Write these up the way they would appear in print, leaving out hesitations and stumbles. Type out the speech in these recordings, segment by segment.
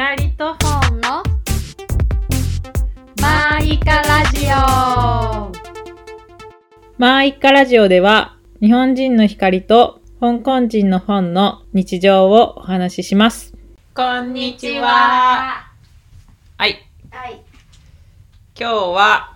光と本のマーイカラジオ。 マーイカラジオでは日本人の光と香港人の本の日常をお話しします。こんにちは。はい。 はい。 今日は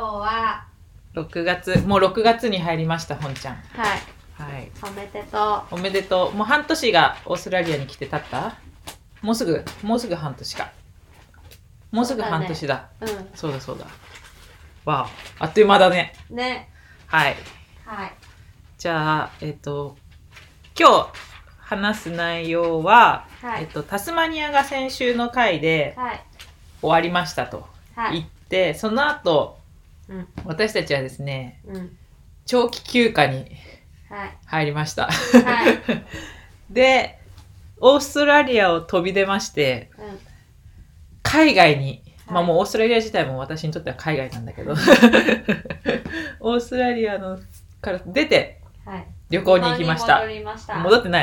6 月、もう6月に入りました、本ちゃん。 はい。 はい。 おめでとう。おめでとう。もう半年がオーストラリアに来て経った？もうすぐ半年か。もうすぐ半年だ。 うん。 そうだ。わあ、あっという間だね。 ね。 はい。 はい。 じゃあ、今日話す内容は、 はい、 タスマニアが先週の回で終わりましたと言って、はい、その後、私たちはですね、長期休暇に入りました。はい、で、オーストラリアを飛び出まして、海外に、もうオーストラリア自体も私にとっては海外なんだけど、オーストラリアのから出て旅行に行きました。戻ってない。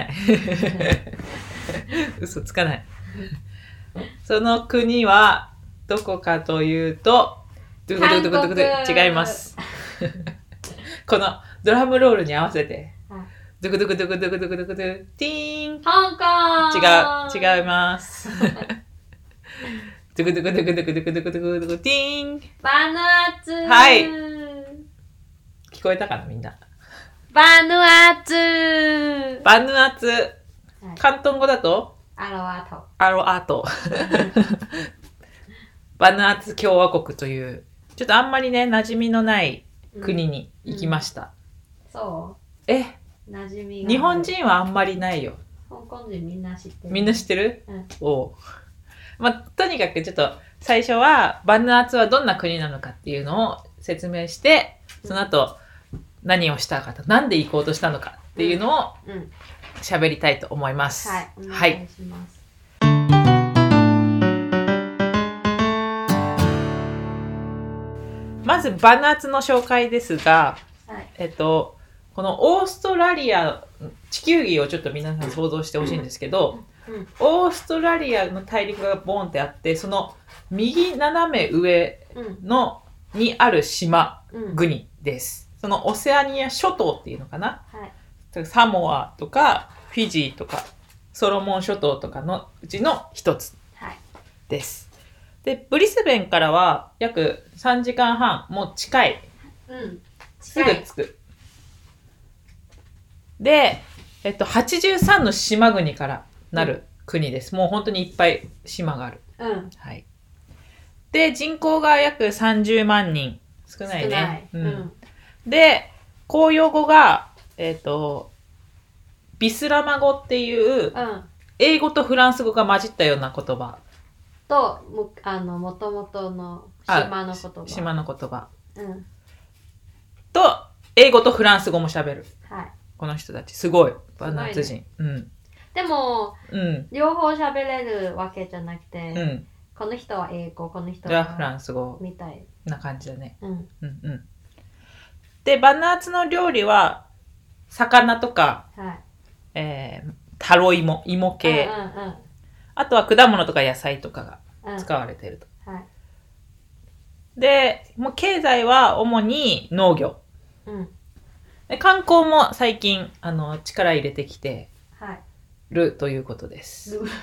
嘘つかない。その国はどこかというと、違います。このドラムロールに合わせて、ティーン。 香港。 違います。ティーン。 バヌアツ。 はい。聞こえたかなみんな。 バヌアツ。 広東語だとアロアート。 バヌアツ共和国というちょっとあんまりね馴染みのない国に行きました。 そう。 馴染みが。 日本人はあんまりないよ。 香港人みんな知ってる。 みんな知ってる？とにかくちょっと最初はバヌアツはどんな国なのかっていうのを説明して、その後何をしたかと、なんで行こうとしたのかっていうのを喋りたいと思います。 はい、お願いします。 まずバヌアツの紹介ですが、このオーストラリア地球儀をちょっと皆さん想像してほしいんですけど、オーストラリアの大陸がボンってあって、その右斜め上のにある島国です。そのオセアニア諸島っていうのかな、サモアとかフィジーとかソロモン諸島とかのうちの一つです。で、ブリスベンからは約3時間半、もう近い。すぐ着く。で、83の島国からなる国です。もう本当にいっぱい島がある。はい。で、人口が約30万人。少ないね。で、公用語が、ビスラマ語っていう、英語とフランス語が混じったような言葉。 と、もともとの島の言葉。 島の言葉。と、英語とフランス語も喋る。この人たち。すごい。バヌアツ人。 でも、両方喋れるわけじゃなくて、この人は英語、この人はフランス語みたいな感じだね。で、バヌアツの料理は、魚とか、タロイモ、芋系、あとは果物とか野菜とかが使われていると。で、もう経済は主に農業。で、観光も最近力入れてきてるということです。ウ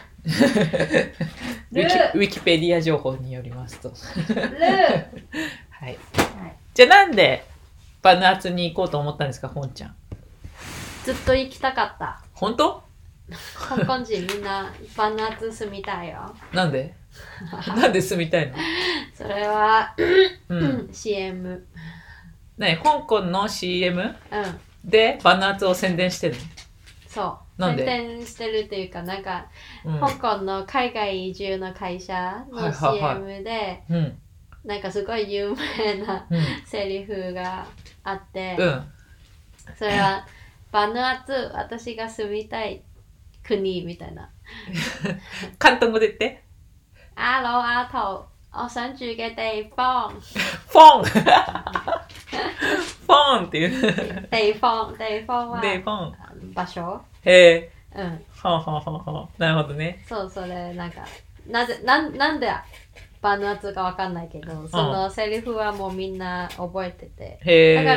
ィキペディア情報によりますと。はい。じゃあなんでバヌアツに行こうと思ったんですか、本ちゃん。 ずっと行きたかった。 本当？ 香港人みんなバヌアツ住みたいよ。 なんで？なんで住みたいの？ それは、CM。 香港の CM？でバヌアツを宣伝してるの？ そう。 なんで？ 宣伝してるっていうか、なんか、香港の海外移住の会社の CM で、なんかすごい有名なセリフがあって、それは、バヌアツ、私が住みたい国みたいな。 広東語で言って。 アロアト、我想住嘅地方。 フォンフォンっていう。 地方は場所。 へえ。はあはあはあはあ。なるほどね。 そう、それなんかなんでバヌアツかわかんないけど、そのセリフはもうみんな覚えてて。だから、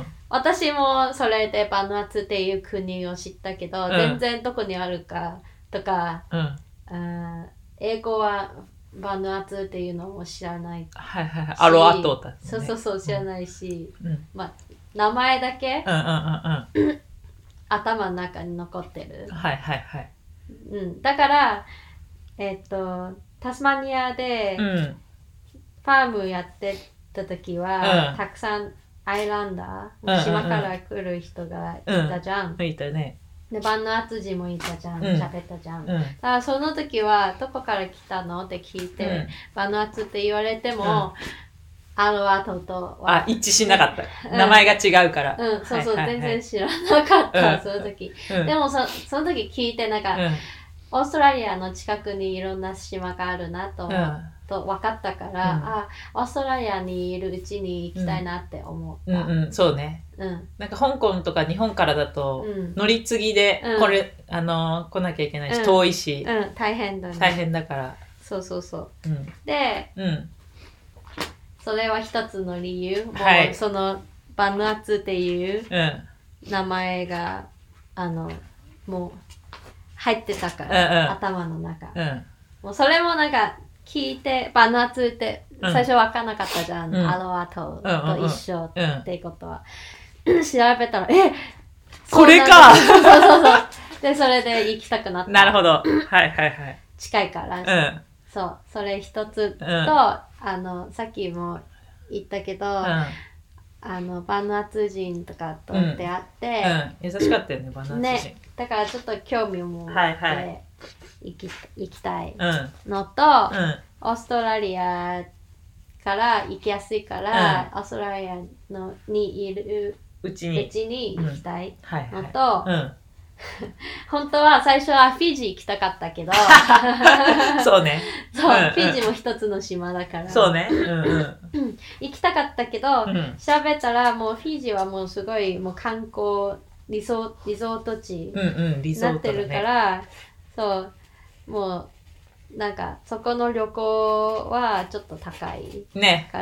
私もそれでバヌアツっていう国を知ったけど、全然どこにあるかとか、英語はバヌアツっていうのも知らないし、 アロアトだ、ね、 そう知らないし、まあ名前だけ、頭の中に残ってる。だから、タスマニアで、ファームやってた時は、たくさんアイランダー、島から来る人がいたじゃん。 いたね。 で、バヌアツ人もいたじゃん、喋ったじゃん。だからその時は、どこから来たのって聞いて、バヌアツって言われても、アロアトとは。一致しなかった。名前が違うから。 そう、全然知らなかった、その時。でもその時聞いて、なんか、オーストラリアの近くにいろんな島があるなと分かったから、オーストラリアにいるうちに行きたいなって思った。 そうね。なんか香港とか日本からだと、乗り継ぎで来なきゃいけないし、遠いし、 大変だね。 大変だから。 そう。で、それは一つの理由。もうそのバヌアツっていう名前が、もう入ってたから、頭の中。もうそれもなんか聞いて、バヌアツって最初分かんなかったじゃん。アロアトと一緒ってことは。調べたら、 これかそう。で、それで行きたくなった。 なるほど。 近いから。そう、それ一つと、さっきも言ったけど、バヌアツ人とかと出会って、 優しかったよね、バヌアツ人。 ね、だからちょっと興味を持って行きたいのと、オーストラリアから行きやすいから、オーストラリアにいるうちに行きたいのと、本当は最初はフィジー行きたかったけどそうね。 そう、フィジーも一つの島だから。 そうね。 行きたかったけど、調べたらもうフィジーはもうすごいもう観光リゾート地になってるから、そう、もうなんかそこの旅行はちょっと高いから、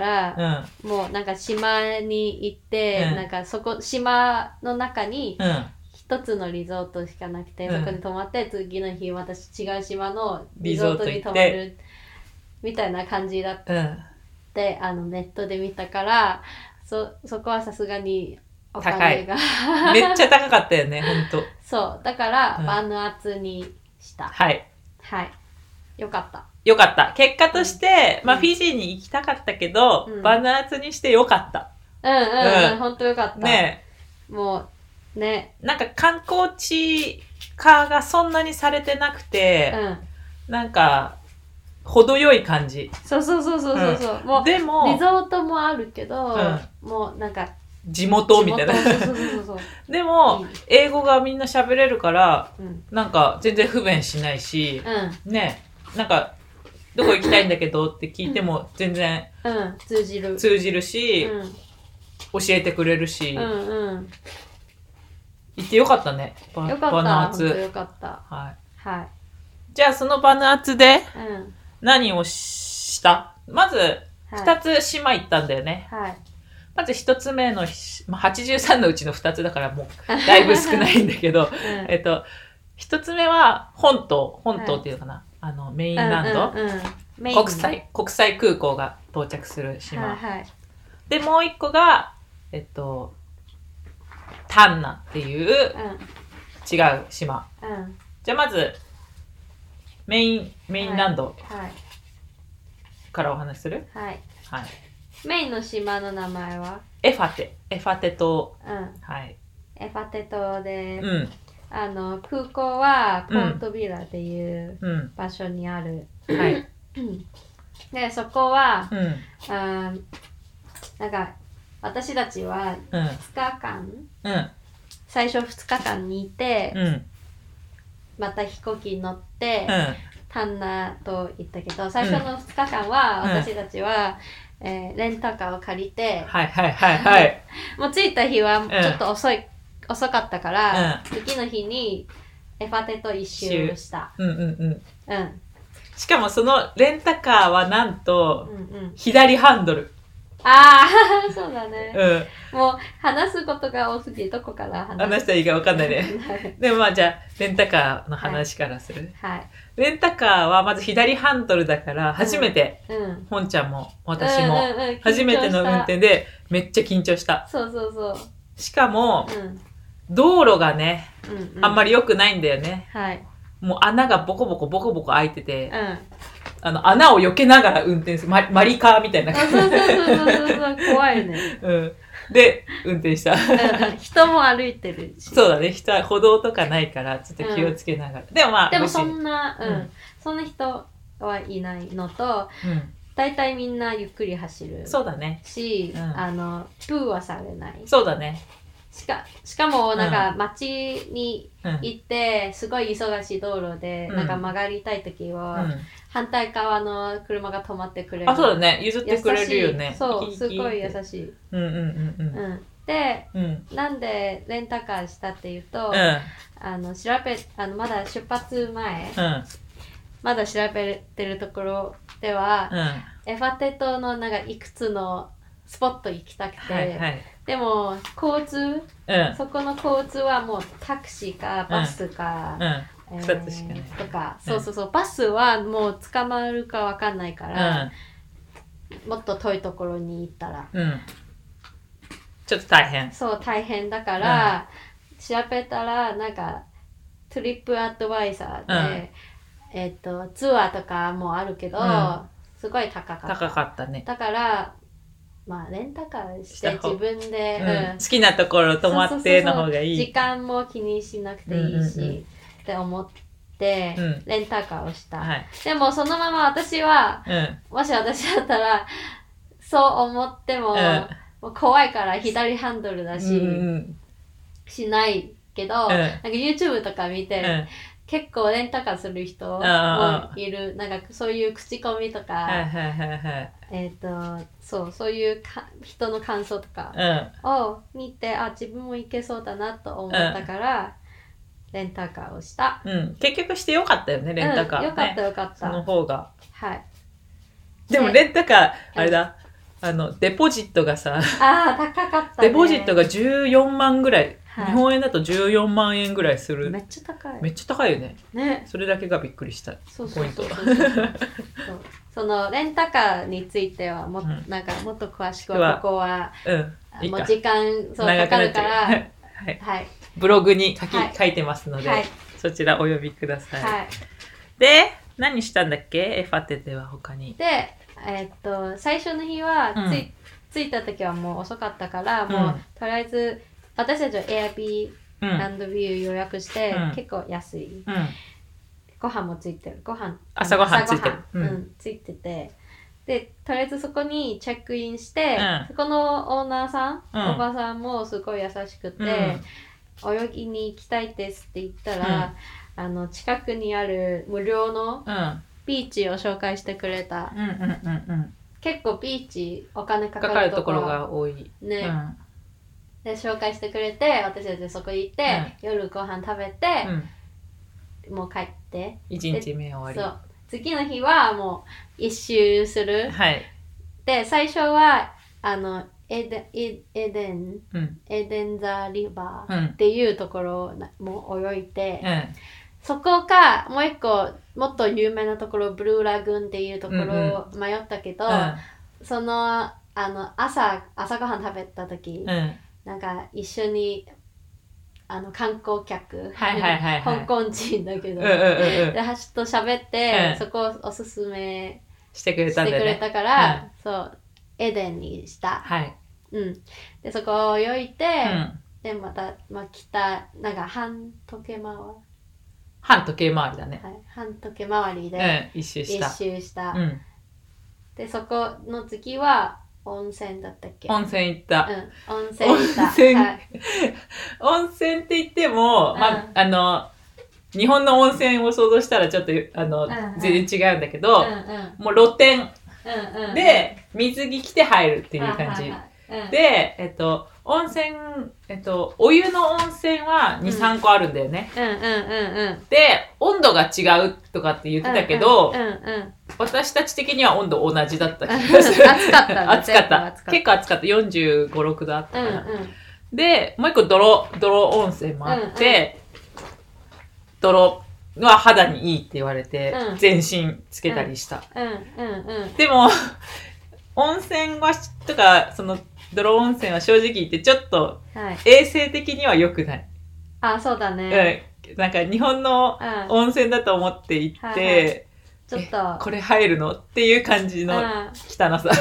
もうなんか島に行って、なんか島の中に、一つのリゾートしかなくて、そこに泊まって次の日私違う島のリゾートに泊まるみたいな感じだって、ネットで見たからそこはさすがにお金がめっちゃ高かったよね、ほんと。 そうだから、バヌアツにした。よかった。 結果として、フィジーに行きたかったけど、バヌアツにしてよかった。 ほんとよかったね。もうね、 なんか観光地化がそんなにされてなくて、なんか程よい感じ。 そう。もうでもリゾートもあるけど、もうなんか地元みたいな。でも、英語がみんな喋れるから、なんか全然不便しないし、ね、なんかどこ行きたいんだけどって聞いても全然通じるし、教えてくれるし。行ってよかったね。 バヌアツ。よかった。 じゃあそのバヌアツで何をした？まず2つ島行ったんだよね。まず1つ目の、83のうちの2つだからもうだいぶ少ないんだけど、1つ目は本島っていうかな、メインランド、国際空港が到着する島。で、もう1個が、タンナっていう違う島。じゃあまずメインランドからお話しする？ メインの島の名前はエファテ島。 エファテ島で、空港はポートビラっていう場所にある。で、そこは、なんか私たちは2日間、最初2日間にいて、また飛行機に乗って、タンナと行ったけど、最初の2日間は私たちは、レンタカーを借りて、もう着いた日はちょっと遅かったから、次の日にエファテと一周した。 しかもそのレンタカーはなんと、左ハンドル。 ああ、そうだね。もう話すことが多すぎてどこから話したらいいか分かんないね。でもまあじゃあレンタカーの話からする。 はい。 レンタカーはまず左ハンドルだから初めて、本ちゃんも私も初めての運転でめっちゃ緊張した。 そうそうそう。 しかも、道路がね、あんまり良くないんだよね。 はい。 もう穴がボコボコ開いてて、穴を避けながら運転する。マリカーみたいな感じ。 そう、怖いね。 で、運転した。 人も歩いてるし。 そうだね。人は歩道とかないから、ちょっと気をつけながら。でもまあ、 でもそんな人はいないのと、大体みんなゆっくり走る。 そうだね。 し、プーはされない。 そうだね。 しかもなんか街に行ってすごい忙しい道路でなんか曲がりたい時は反対側の車が止まってくれる。 あ、そうだね。譲ってくれるよね。 そう、すごい優しい。で、なんでレンタカーしたっていうと、まだ出発前、まだ調べてるところでは、エファテ島のなんかいくつのスポット行きたくて、でも交通、そこの交通はもうタクシーかバスか、 2つしかないとか、そうバスはもう捕まるかわかんないから、もっと遠いところに行ったら、 ちょっと大変。 そう大変だから、調べたらなんかトリップアドバイザーで、ツアーとかもあるけど、すごい高かったね。 だからまあレンタカーして自分で、 好きなところ泊まっての方がいい。 時間も気にしなくていいし、って思ってレンタカーをした。でもそのまま私は、もし私だったらそう思っても、もう怖いから左ハンドルだし、しないけど、なんか YouTube とか見て、結構レンタカーする人もいる。なんかそういう口コミとか、そういう人の感想とかを見て、自分も行けそうだなと思ったから、レンタカーをした。 結局してよかったよね、レンタカー。 よかった。 その方が。 はい。 でもレンタカー、あれだ、デポジットがさ、 高かったね。 デポジットが14万ぐらい。日本円だと14万円ぐらいする。 めっちゃ高い。 めっちゃ高いよね。 ね。 それだけがびっくりしたポイント。 そのレンタカーについてはなんかもっと詳しくはここは、もう時間かかるから、はい。 ブログに書いてますので、そちらお呼びください。で、何したんだっけ？エファテでは他に。 で、最初の日は着いた時はもう遅かったから、もうとりあえず私たちは Airbnb 予約して、結構安い、ご飯もついてる。 朝ごはんついてる。 ついてて、でとりあえずそこにチェックインして、そこのオーナーさん、おばさんもすごい優しくて、泳ぎに行きたいですって言ったら、近くにある無料のビーチを紹介してくれた。結構ビーチお金かかるところが多いね。で紹介してくれて、私たちそこに行って、夜ご飯食べて、もう帰って 1日目終わり。 次の日はもう一周する。で最初はエデンザリバーっていうところも泳いで、そこかもう一個もっと有名なところブルーラグーンっていうところを迷ったけど、その朝ごはん食べた時、なんか一緒に観光客、香港人だけど、でと喋って、そこをおすすめしてくれたから、そうエデンにした。でそこを泳いで、でまた北なんか半時計回りだね。半時計回りで一周した。でそこの次は温泉だったっけ？ 温泉行った。 温泉行った。 温泉って言っても、日本の温泉を想像したらちょっと全然違うんだけど、もう露天で水着着て入るっていう感じ。 で、温泉、お湯の温泉は2、3個あるんだよね。で、温度が違うとかって言ってたけど、私たち的には温度同じだった気がする。 暑かった。 暑かった。結構暑かった。45、6度あったかな。で、もう一個泥温泉もあって、泥は肌にいいって言われて、全身つけたりした。でも、温泉はとか、その泥温泉は正直言ってちょっと衛生的には良くない。 あ、そうだね。 なんか日本の温泉だと思って行って、ちょっとこれ入るのっていう感じの汚さ。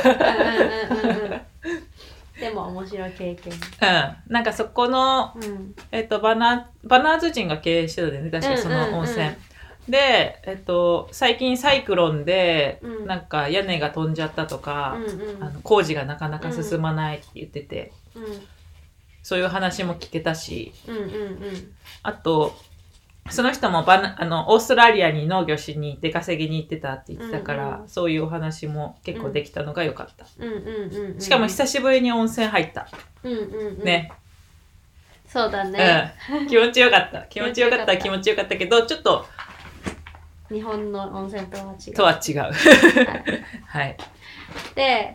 でも面白い経験。 なんかそこの、バナーズ人が経営してたんだよね、確かその温泉。で、最近サイクロンで、なんか屋根が飛んじゃったとか、工事がなかなか進まないって言ってて、そういう話も聞けたし、あと、その人もオーストラリアに農業しに出稼ぎに行ってたって言ってたから、そういうお話も結構できたのが良かった。しかも久しぶりに温泉入った。ね。 そうだね。 気持ちよかった。気持ちよかったけど、ちょっと、 日本の温泉とは違う。 はい。 で、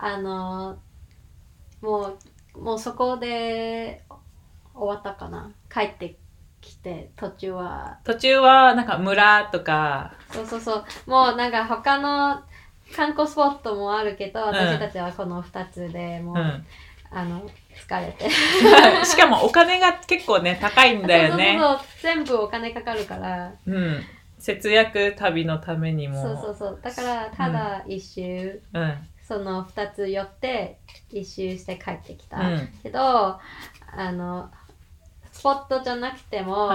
もうそこで終わったかな。帰ってきて、途中はなんか村とか。 そう。もうなんか他の観光スポットもあるけど、私たちはこの2つでもう、疲れて。 しかもお金が結構ね、高いんだよね。 そう。全部お金かかるから。 節約旅のためにも。 そう。だからただ一周、その2つ寄って一周して帰ってきた。けど、スポットじゃなくても、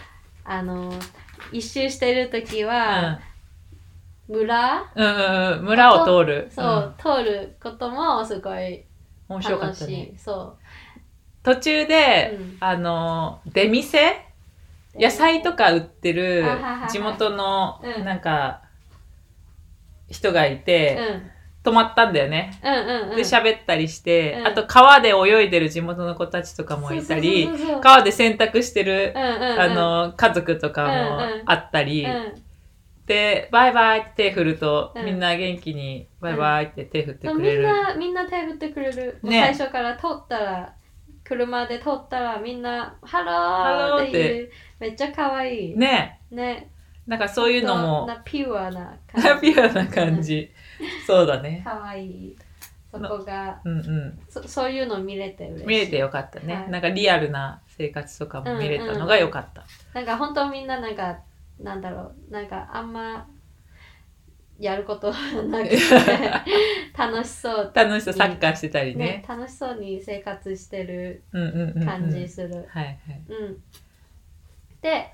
一周してるときは、村を通る。 通ることもすごい面白かったね。 そう。 途中で、出店野菜とか売ってる地元のなんか人がいて、泊まったんだよね。で喋ったりして、あと川で泳いでる地元の子たちとかもいたり、川で洗濯してる家族とかもあったり、でバイバイって手振ると、みんな元気にバイバイって手振ってくれる。 みんな手振ってくれる。最初から車で通ったらみんなハローって言う。めっちゃ可愛い。 ね。なんかそういうのもピュアな感じ。そうだね。 可愛い。そこが、そういうの見れて嬉しい。 見れてよかったね。なんかリアルな生活とかも見れたのがよかった。 なんか本当みんななんだろう、なんかあんまやることなくて楽しそうサッカーしてたりね。 楽しそうに生活してる感じする。で、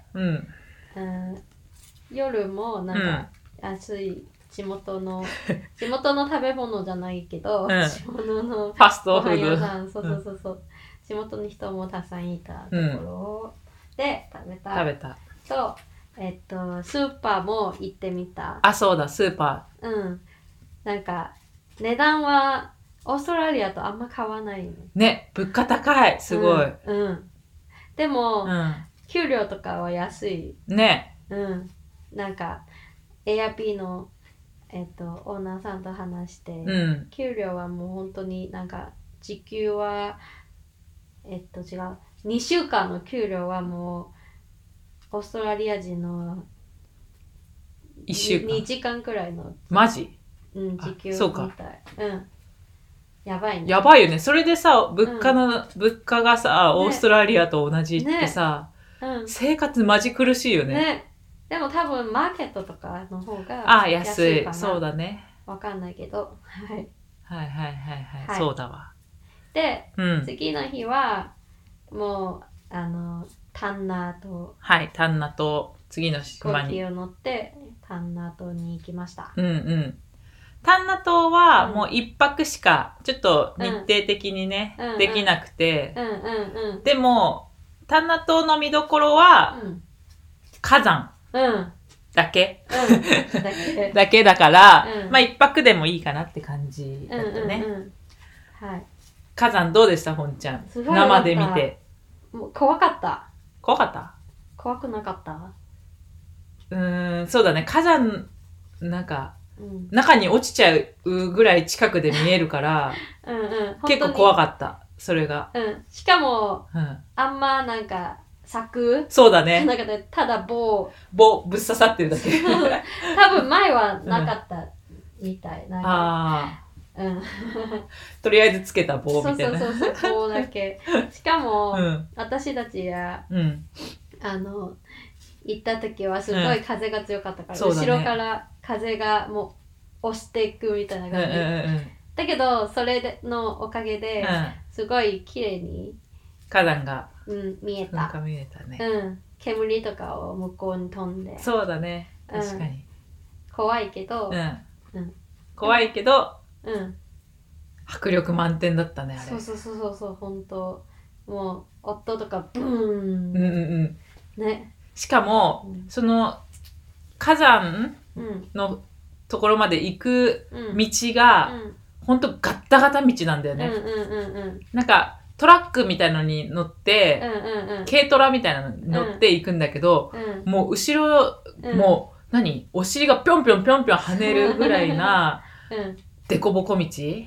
夜もなんか安い地元の食べ物じゃないけど、地元のファストフード屋さん、そう地元の人もたくさんいたところで食べたと、スーパーも行ってみた。 あ、そうだ、スーパー。なんか値段はオーストラリアとあんま変わらないね。物価高い、すごい。 でも、給料とかは安い。 ね。 なんか AIP のオーナーさんと話して、給料はもう本当になんか時給は違う、2週間の給料はもうオーストラリア人の 1週間 2時間くらいのマジ？ 時給みたい。 そうか。 やばいね。 やばいよね。それでさ、物価がさ、オーストラリアと同じってさ、生活マジ苦しいよね。 でも多分マーケットとかの方が安いかな。そうだね。 わかんないけど、はい。 そうだわ。 で、次の日はもうタンナー島。 タンナ島、次の島に。 飛行機を乗ってタンナ島に行きました。 タンナ島はもう一泊しかちょっと日程的にね、できなくて、でもタンナ島の見どころは、火山だけだけだから、まあ一泊でもいいかなって感じだったね。 火山どうでした本ちゃん。生で見て。 もう怖かった。 怖かった？ 怖くなかった？ そうだね。火山、なんか、中に落ちちゃうぐらい近くで見えるから、結構怖かった。それが。 しかも、あんまなんか、 そうだね。 なんかただ棒ぶっ刺さってるだけ。 多分前はなかったみたい。なんかとりあえずつけた棒みたいな。 そう棒だけ。しかも、私たちが、行った時はすごい風が強かったから、後ろから風がもう押していくみたいな感じ。だけど、それのおかげで、すごい綺麗に火山が見えた。 見えたね。 煙とかを向こうに飛んで。 そうだね。確かに。 怖いけど、 怖いけど、迫力満点だったね、あれ。 そう、本当もう、音とか、ブーン。ね。 しかも、その、火山のところまで行く道が、ほんとガッタガタ道なんだよね。なんか、トラックみたいのに乗って、軽トラみたいなのに乗って行くんだけど、もう後ろ、もう、お尻がぴょんぴょん跳ねるぐらいな、デコボコ道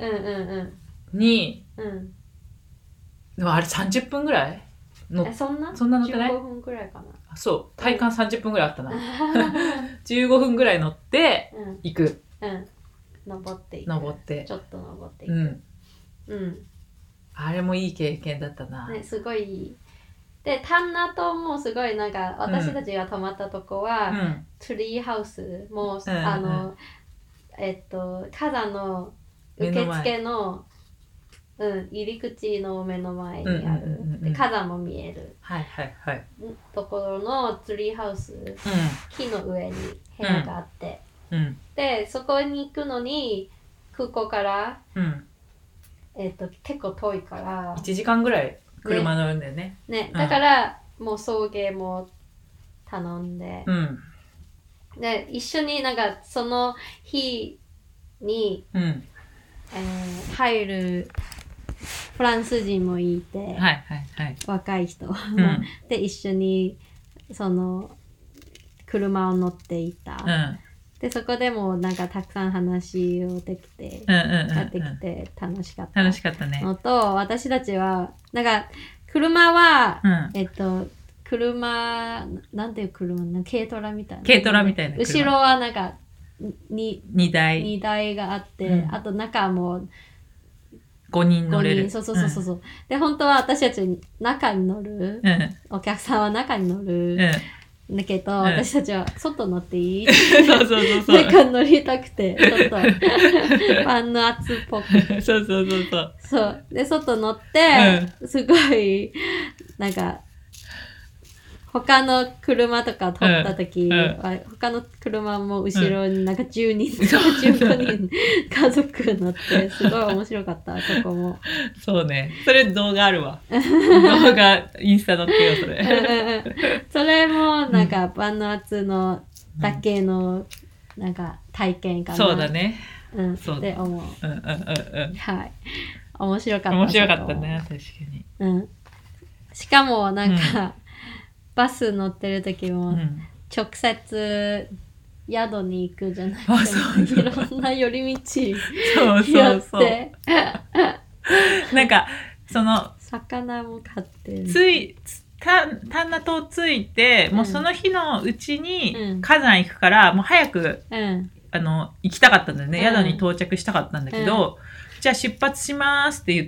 に、でもあれ30分ぐらいそんな乗ってない？ 15 分ぐらいかな。 そう、体感30分ぐらいあったな。15分ぐらい乗って行く。 登って。ちょっと登っていく。あれもいい経験だったな。 ね、すごい。で、丹那島もすごいなんか、私たちが泊まったとこは、ツリーハウスも、火山の受付の、入り口の目の前にある。で、火山も見える。ところのツリーハウス、木の上に部屋があって、で、そこに行くのに、空港から、結構遠いから。 1時間ぐらい車乗るんだよね。 だから、もう送迎も頼んで、で、一緒になんか、その日に、入るフランス人もいて、若い人、で一緒にその車を乗っていた、でそこでもなんかたくさん話をできて、やってきて楽しかったのと、私たちはなんか車は、車なんていう車な、軽トラみたいな、後ろはなんか2台があって、あと中も 5人乗れる。 そう。で、本当は私たち中に乗る。お客さんは中に乗る。だけど、私たちは外乗っていい？なんか乗りたくて、ちょっと、パンの圧っぽく。 そう。 で、外乗って、すごい、なんか、他の車とか撮った時は、他の車も後ろになんか10人とか15人家族乗って、すごい面白かった、そこも。 そうね。それ動画あるわ。動画、インスタ載っけよ、それ。 それもなんか、バンノアツのだけのなんか体験かな。 そうだね。 って思う。はい。面白かった。 面白かったね、確かに。しかもなんか、バス乗ってる時も直接宿に行くじゃなくて、いろんな寄り道やって、 なんかその魚も買って丹那島着いて、もうその日のうちに火山行くから、もう早く、行きたかったんだよね。宿に到着したかったんだけど、じゃあ出発しますって言って、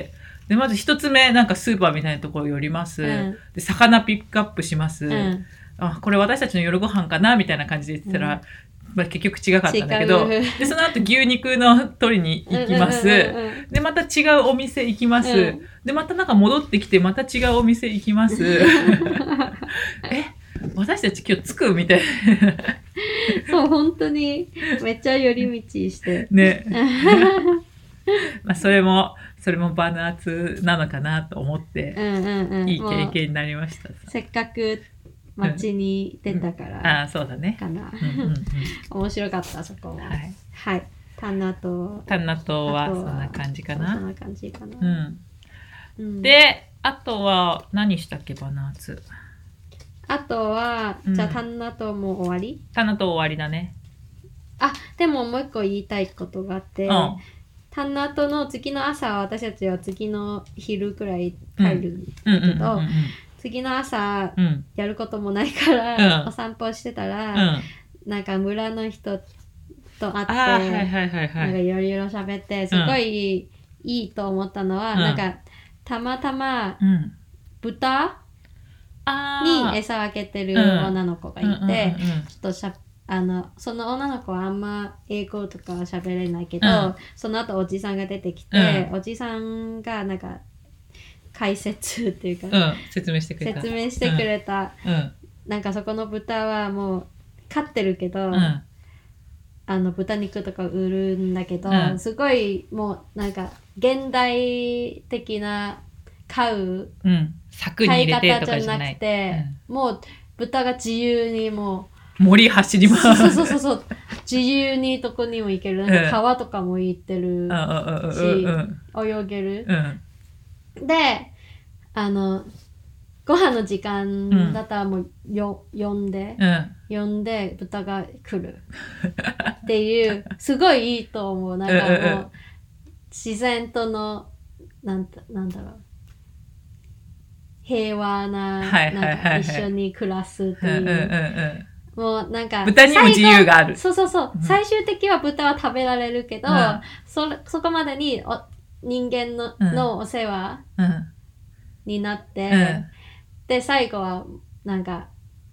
で、まず一つ目、なんかスーパーみたいなところ寄ります。で、魚ピックアップします。あ、これ私たちの夜ご飯かなみたいな感じで言ってたら、まあ、結局違かったんだけど、で、その後牛肉の取りに行きます。で、また違うお店行きます。で、またなんか戻ってきて、また違うお店行きます。私たち今日着くみたいな。 そう、本当にめっちゃ寄り道して。 ね。まあ、それもバヌアツなのかなと思って、いい経験になりました。 せっかく街に出たから、 そうだね。 かな。面白かった、そこも。はい。 タンナ島はそんな感じかな。 そんな感じかな。 で、あとは何したっけバナーツ。 あとは、じゃあタンナ島も終わり？ タンナ島終わりだね。 あ、でももう一個言いたいことがあって、タンナ島の次の朝、私たちは次の昼くらい帰るんだけど、次の朝、やることもないから、お散歩してたら、なんか村の人と会って、なんかいろいろ喋って、すごいいいと思ったのは、なんかたまたま豚に餌をあげてる女の子がいて、ちょっとその女の子はあんま英語とかは喋れないけど、その後おじさんが出てきて、おじさんがなんか解説っていうか、 説明してくれた、なんかそこの豚はもう飼ってるけど、豚肉とか売るんだけど、すごいもうなんか現代的な飼う飼い方じゃなくて、もう豚が自由にもう森走ります。 そう自由にどこにも行ける。なんか川とかも行ってるし、泳げる。で、ご飯の時間だったらもう呼んで豚が来るっていうすごいいいと思う。なんかもう自然とのなんだろう、平和な、なんか一緒に暮らすっていう。もうなんか豚にも自由がある。 そう、最終的には豚は食べられるけど、そこまでに人間のお世話になって、で最後はなんか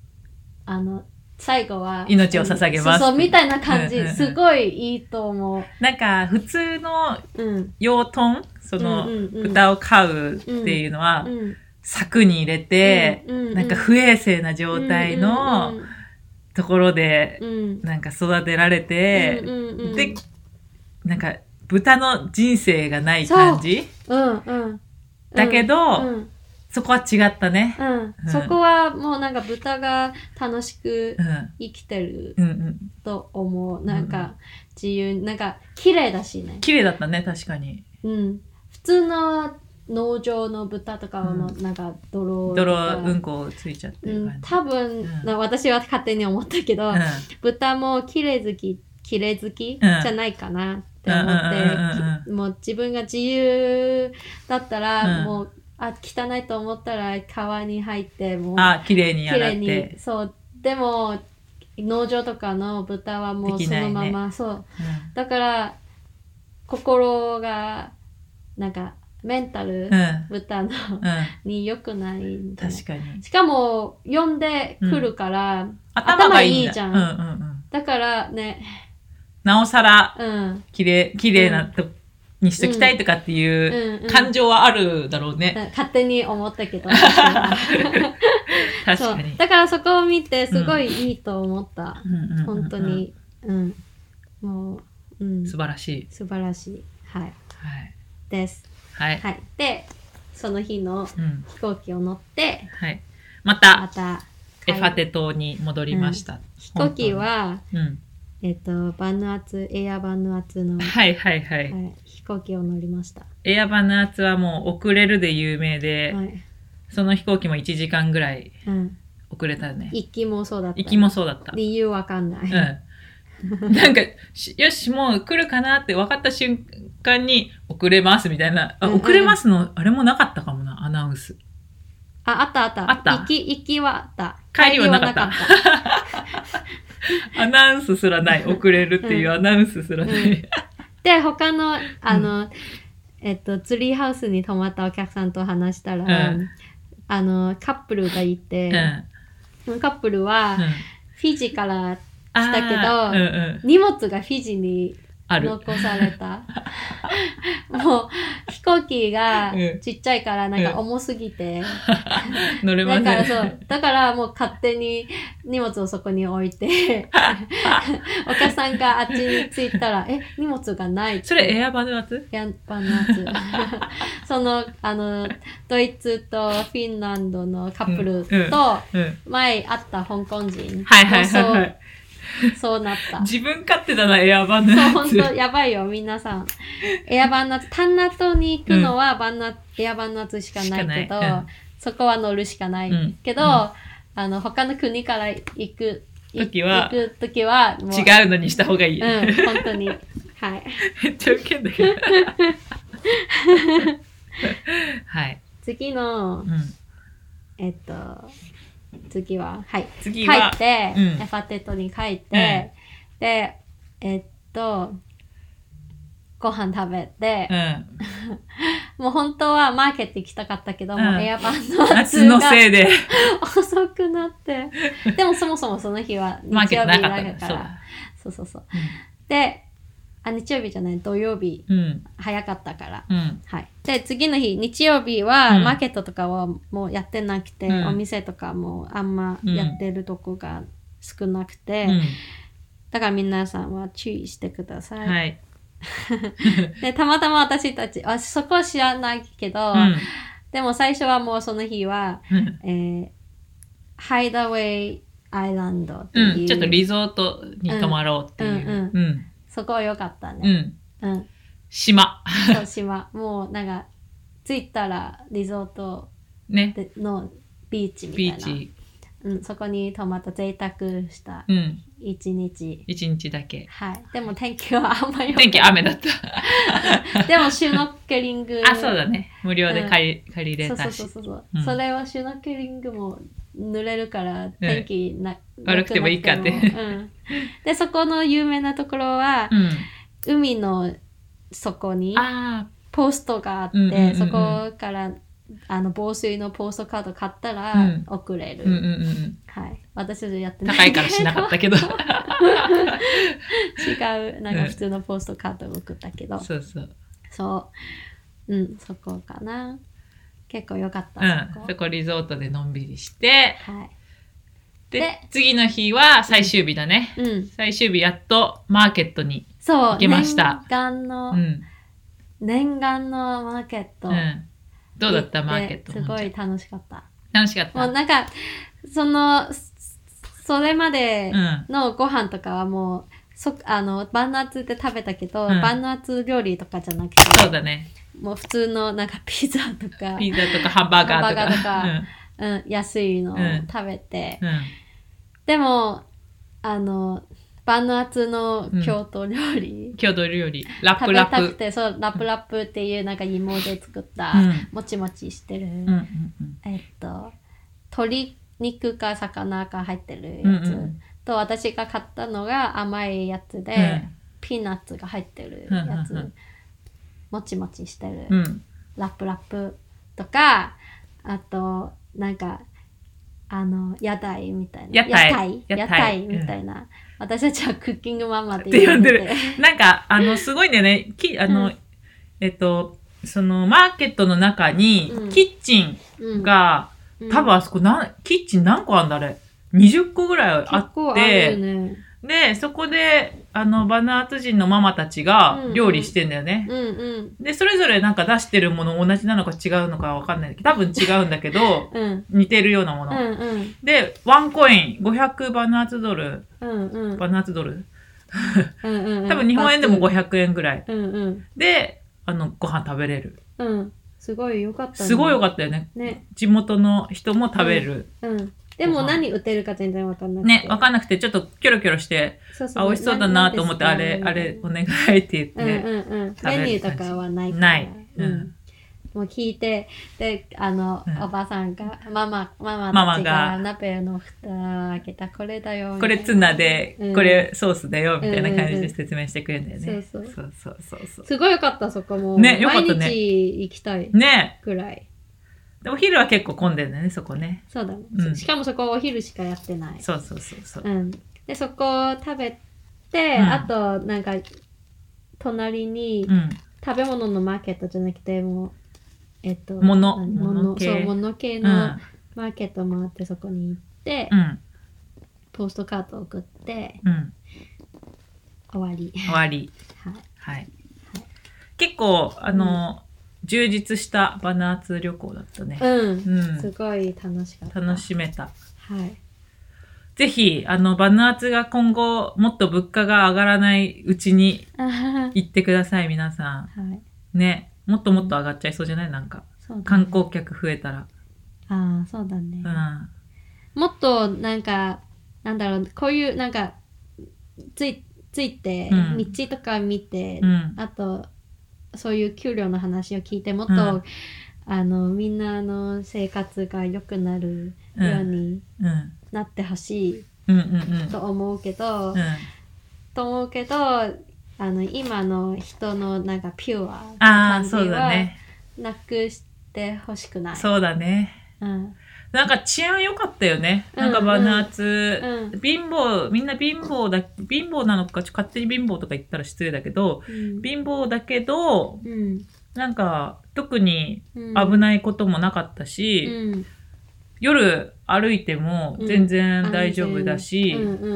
最後は命を捧げます。 そうみたいな感じ、すごいいいと思う。 なんか普通の養豚、その豚を飼うっていうのは、柵に入れて、なんか不衛生な状態のところでなんか育てられて、でなんか豚の人生がない感じ、だけど、そこは違ったね。 そこはもうなんか豚が楽しく生きてると思う。なんか自由、なんか綺麗だしね。 綺麗だったね、確かに。 普通の農場の豚とかのなんか泥うんこついちゃってる感じ。 多分、私は勝手に思ったけど、豚も綺麗好きじゃないかなって思って、もう自分が自由だったら、もう汚いと思ったら川に入ってもう綺麗に洗って、 そうでも農場とかの豚はもうそのまま、そうだから心がなんかメンタル、豚の、に良くないんだ。 確かに。 しかも呼んでくるから、頭いいじゃん。だからね、 なおさら綺麗なとにしときたいとかっていう感情はあるだろうね。 勝手に思ったけど。 確かに。 だからそこを見てすごいいいと思った。本当に。もう、 素晴らしい。 素晴らしい。はい。です。はい。で、その日の飛行機を乗って、 またエファテ島に戻りました。 飛行機は、バヌアツ、エアバヌアツの、飛行機を乗りました。 エアバヌアツはもう遅れるで有名で、その飛行機も1時間ぐらい遅れたね。 行きもそうだった。理由わかんない。 なんか、よし、もう来るかなって分かった瞬間に遅れますみたいな。遅れますの、あれもなかったかもな、アナウンス。 あった。行きはあった。 帰りはなかった。アナウンスすらない。遅れるっていうアナウンスすらない。 で、他の、ツリーハウスに泊まったお客さんと話したら、カップルがいて、カップルは、フィジーから来たけど、荷物がフィジーに残された。もう飛行機がちっちゃいからなんか重すぎて、 乗れません。 だからもう勝手に荷物をそこに置いてお客さんがあっちに着いたら荷物がないって。 それエアバヌアツ？ エアバヌアツそのドイツとフィンランドのカップルと前会った香港人、 そうなった。 自分勝手だな、エアバンナーツ。そう、ほんと、やばいよ、皆さん。エアバンナーツ、タンナトに行くのはエアバンナーツしかないけど、そこは乗るしかないけど、他の国から行くときはもう違うのにした方がいい。 本当に。はい。 めっちゃウケんだけど。はい。 次の、次は、はい。 次は帰って、エファテットに帰って、で、ご飯食べて、もう本当はマーケット行きたかったけども、エアバンナーツのせいで遅くなって。でもそもそもその日は日曜日だから。そう。で、日曜日じゃない、土曜日、早かったから、はい。で、次の日、日曜日は、マーケットとかはもうやってなくて、お店とかもあんまやってるとこが少なくて、だから皆さんは注意してください。 はい。 で、たまたま私たち、そこは知らないけど、でも最初はもうその日は、ハイダウェイアイランドっていう、 ちょっとリゾートに泊まろうっていう。 そこは良かったね。 島。 そう、島。もうなんか、着いたらリゾートのビーチみたいな。ビーチ。そこに泊まった贅沢した一日。 一日だけ。 はい。でも天気はあんまり良くない。 天気雨だった。 でもシュノッケリング。 そうだね。無料で借りれたし。 そう。それはシュノッケリングも濡れるから天気悪くてもいいかって。 で、そこの有名なところは、海の底にポストがあって、そこから防水のポストカード買ったら送れる。はい。私たちやってない。 高いからしなかったけど。違う、なんか普通のポストカードを送ったけど。 そう。 そこかな。結構良かった。 そこリゾートでのんびりして、 はい。 で、次の日は最終日だね。最終日やっとマーケットに行けました。 念願のマーケット。 どうだったマーケット？ すごい楽しかった。 楽しかった。 もうなんか、それまでのご飯とかはもう、バンナーツで食べたけど、バンナーツ料理とかじゃなくて。 そうだね。 もう普通のなんかピザとかハンバーガーとか、 安いのを食べて、でもバンナーツの郷土料理、 ラップラップ食べたくて、そうラップラップっていうなんか芋で作った、もちもちしてる、鶏肉か魚か入ってるやつ、と私が買ったのが甘いやつで、ピーナッツが入ってるやつ、もちもちしてる、ラップラップとか、あとなんか屋台みたいな、屋台みたいな、私たちはクッキングママって呼んでる。 なんかすごいんだよね。そのマーケットの中にキッチンが、多分あそこキッチン何個あんだあれ、20個ぐらいあって、で、そこで、バナーツ人のママたちが料理してんだよね。で、それぞれなんか出してるもの同じなのか違うのかわかんないけど、多分違うんだけど、似てるようなもの。で、ワンコイン、500バナーツドル。バナーツドル多分日本円でも500円ぐらい。で、ご飯食べれる。 すごい良かったね。 すごい良かったよね。地元の人も食べる。 でも何売ってるか全然わかんなくて。 ね、わかんなくて、ちょっとキョロキョロして、美味しそうだなと思って、あれ、お願いって言って。 メニューとかはないから。ない。もう聞いて、で、おばさんが、ママたちが鍋の蓋開けた、これだよ。 これツナで、これソースだよ、みたいな感じで説明してくれるんだよね。そう。 すごいよかった、そこも。 ね、よかったね。 毎日行きたい。 ね。 ぐらい。 でお昼は結構混んでるんだね、そこね。 そうだね。しかもそこお昼しかやってない。 そう。 で、そこを食べて、あと、なんか、隣に、食べ物のマーケットじゃなくて、もう、物系のマーケットもあって、そこに行って、ポストカードを送って、終わり。 はい。結構、充実したバナーツ旅行だったね。 すごい楽しかった。 楽しめた。 はい。 ぜひ、バヌアツが今後、もっと物価が上がらないうちに行ってください、皆さん。はい、ね。もっともっと上がっちゃいそうじゃないなんか。そうだね、観光客増えたら。 ああ、そうだね。もっと、なんか、なんだろう、こういう、なんか、ついて、道とか見て、あと、そういう給料の話を聞いて、もっと、みんなの生活が良くなるようになってほしいと思うけど、今の人のなんかピュアな感じはなくしてほしくない。 そうだね。なんか治安良かったよね。なんかバヌアツ、みんな貧乏なのか、勝手に貧乏とか言ったら失礼だけど、貧乏だけど、なんか特に危ないこともなかったし、夜歩いても全然大丈夫だし、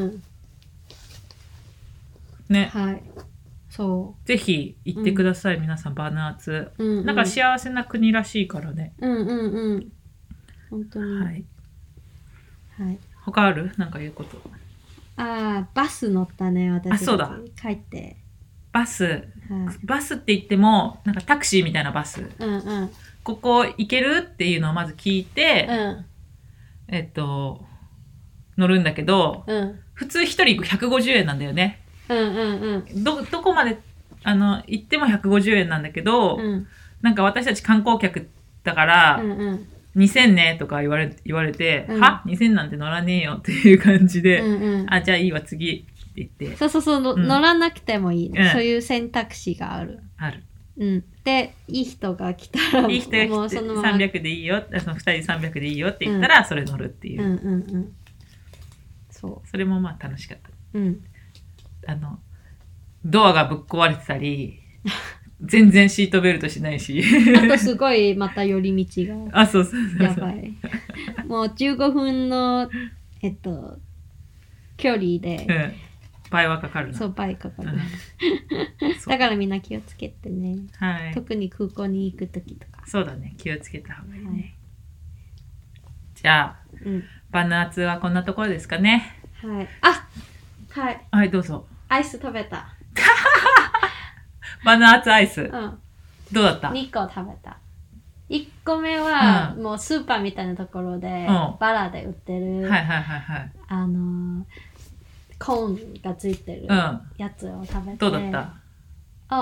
ね。はい。そう。ぜひ行ってください、皆さん、バヌアツ。なんか幸せな国らしいからね。本当に。はい。はい。他ある？なんか言うこと。 バス乗ったね、私。 そうだ。 帰って。 バスって言っても、なんかタクシーみたいなバス。ここ行けるっていうのをまず聞いて、乗るんだけど、普通一人150円なんだよね。どこまで、行っても150円なんだけど、なんか私たち観光客だから、2000ねとか言われて、は ?2000 なんて乗らねえよっていう感じで、じゃあいいわ、次って言って。 そう、乗らなくてもいい、そういう選択肢がある。で、いい人が来たら、 いい人が来て300でいいよ、2人300でいいよって言ったら、それ乗るっていう。それもまあ楽しかった。ドアがぶっ壊れてたり、全然シートベルトしないし。 あとすごいまた寄り道が。 そう。 やばい。もう15分の、距離で。 倍はかかるそう、倍かかる。だからみんな気をつけてね。はい。特に空港に行くときとか。 そうだね。気をつけた方がいいね。じゃあ、バヌアツはこんなところですかね。 はい。はい。 はい、どうぞ。 アイス食べた。 バヌアツアイス。どうだった？ 2 個食べた。1個目は、もうスーパーみたいなところで、バラで売ってる、コーンがついてるやつを食べて。 どうだった？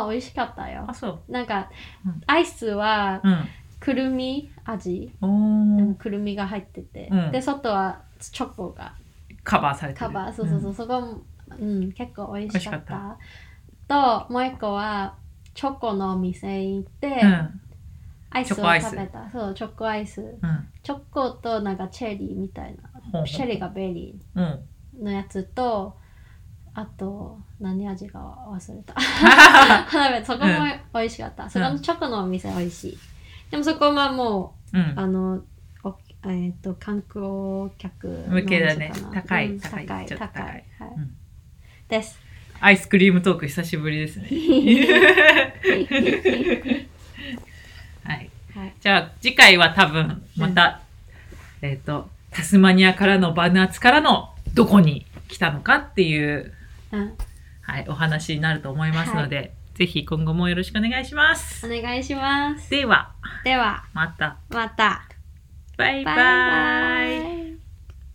美味しかったよ。 そう。 なんか、アイスは、くるみ味、くるみが入ってて、で、外はチョコがカバーされてる。 そう、そこも、結構美味しかった。と、もう一個は、チョコのお店行って、アイスを食べた。そう、チョコアイス。チョコとなんかチェリーみたいな。チェリーがベリーのやつと、あと、何味か忘れた。そこも美味しかった。そこのチョコのお店美味しい。でもそこはもう、観光客向けだね。高い。 です。 アイスクリームトーク久しぶりですね。はい。じゃあ次回は多分また、タスマニアからのバヌアツからのどこに来たのかっていう、お話になると思いますので、ぜひ今後もよろしくお願いします。 お願いします。 では、 また。 バイバイ。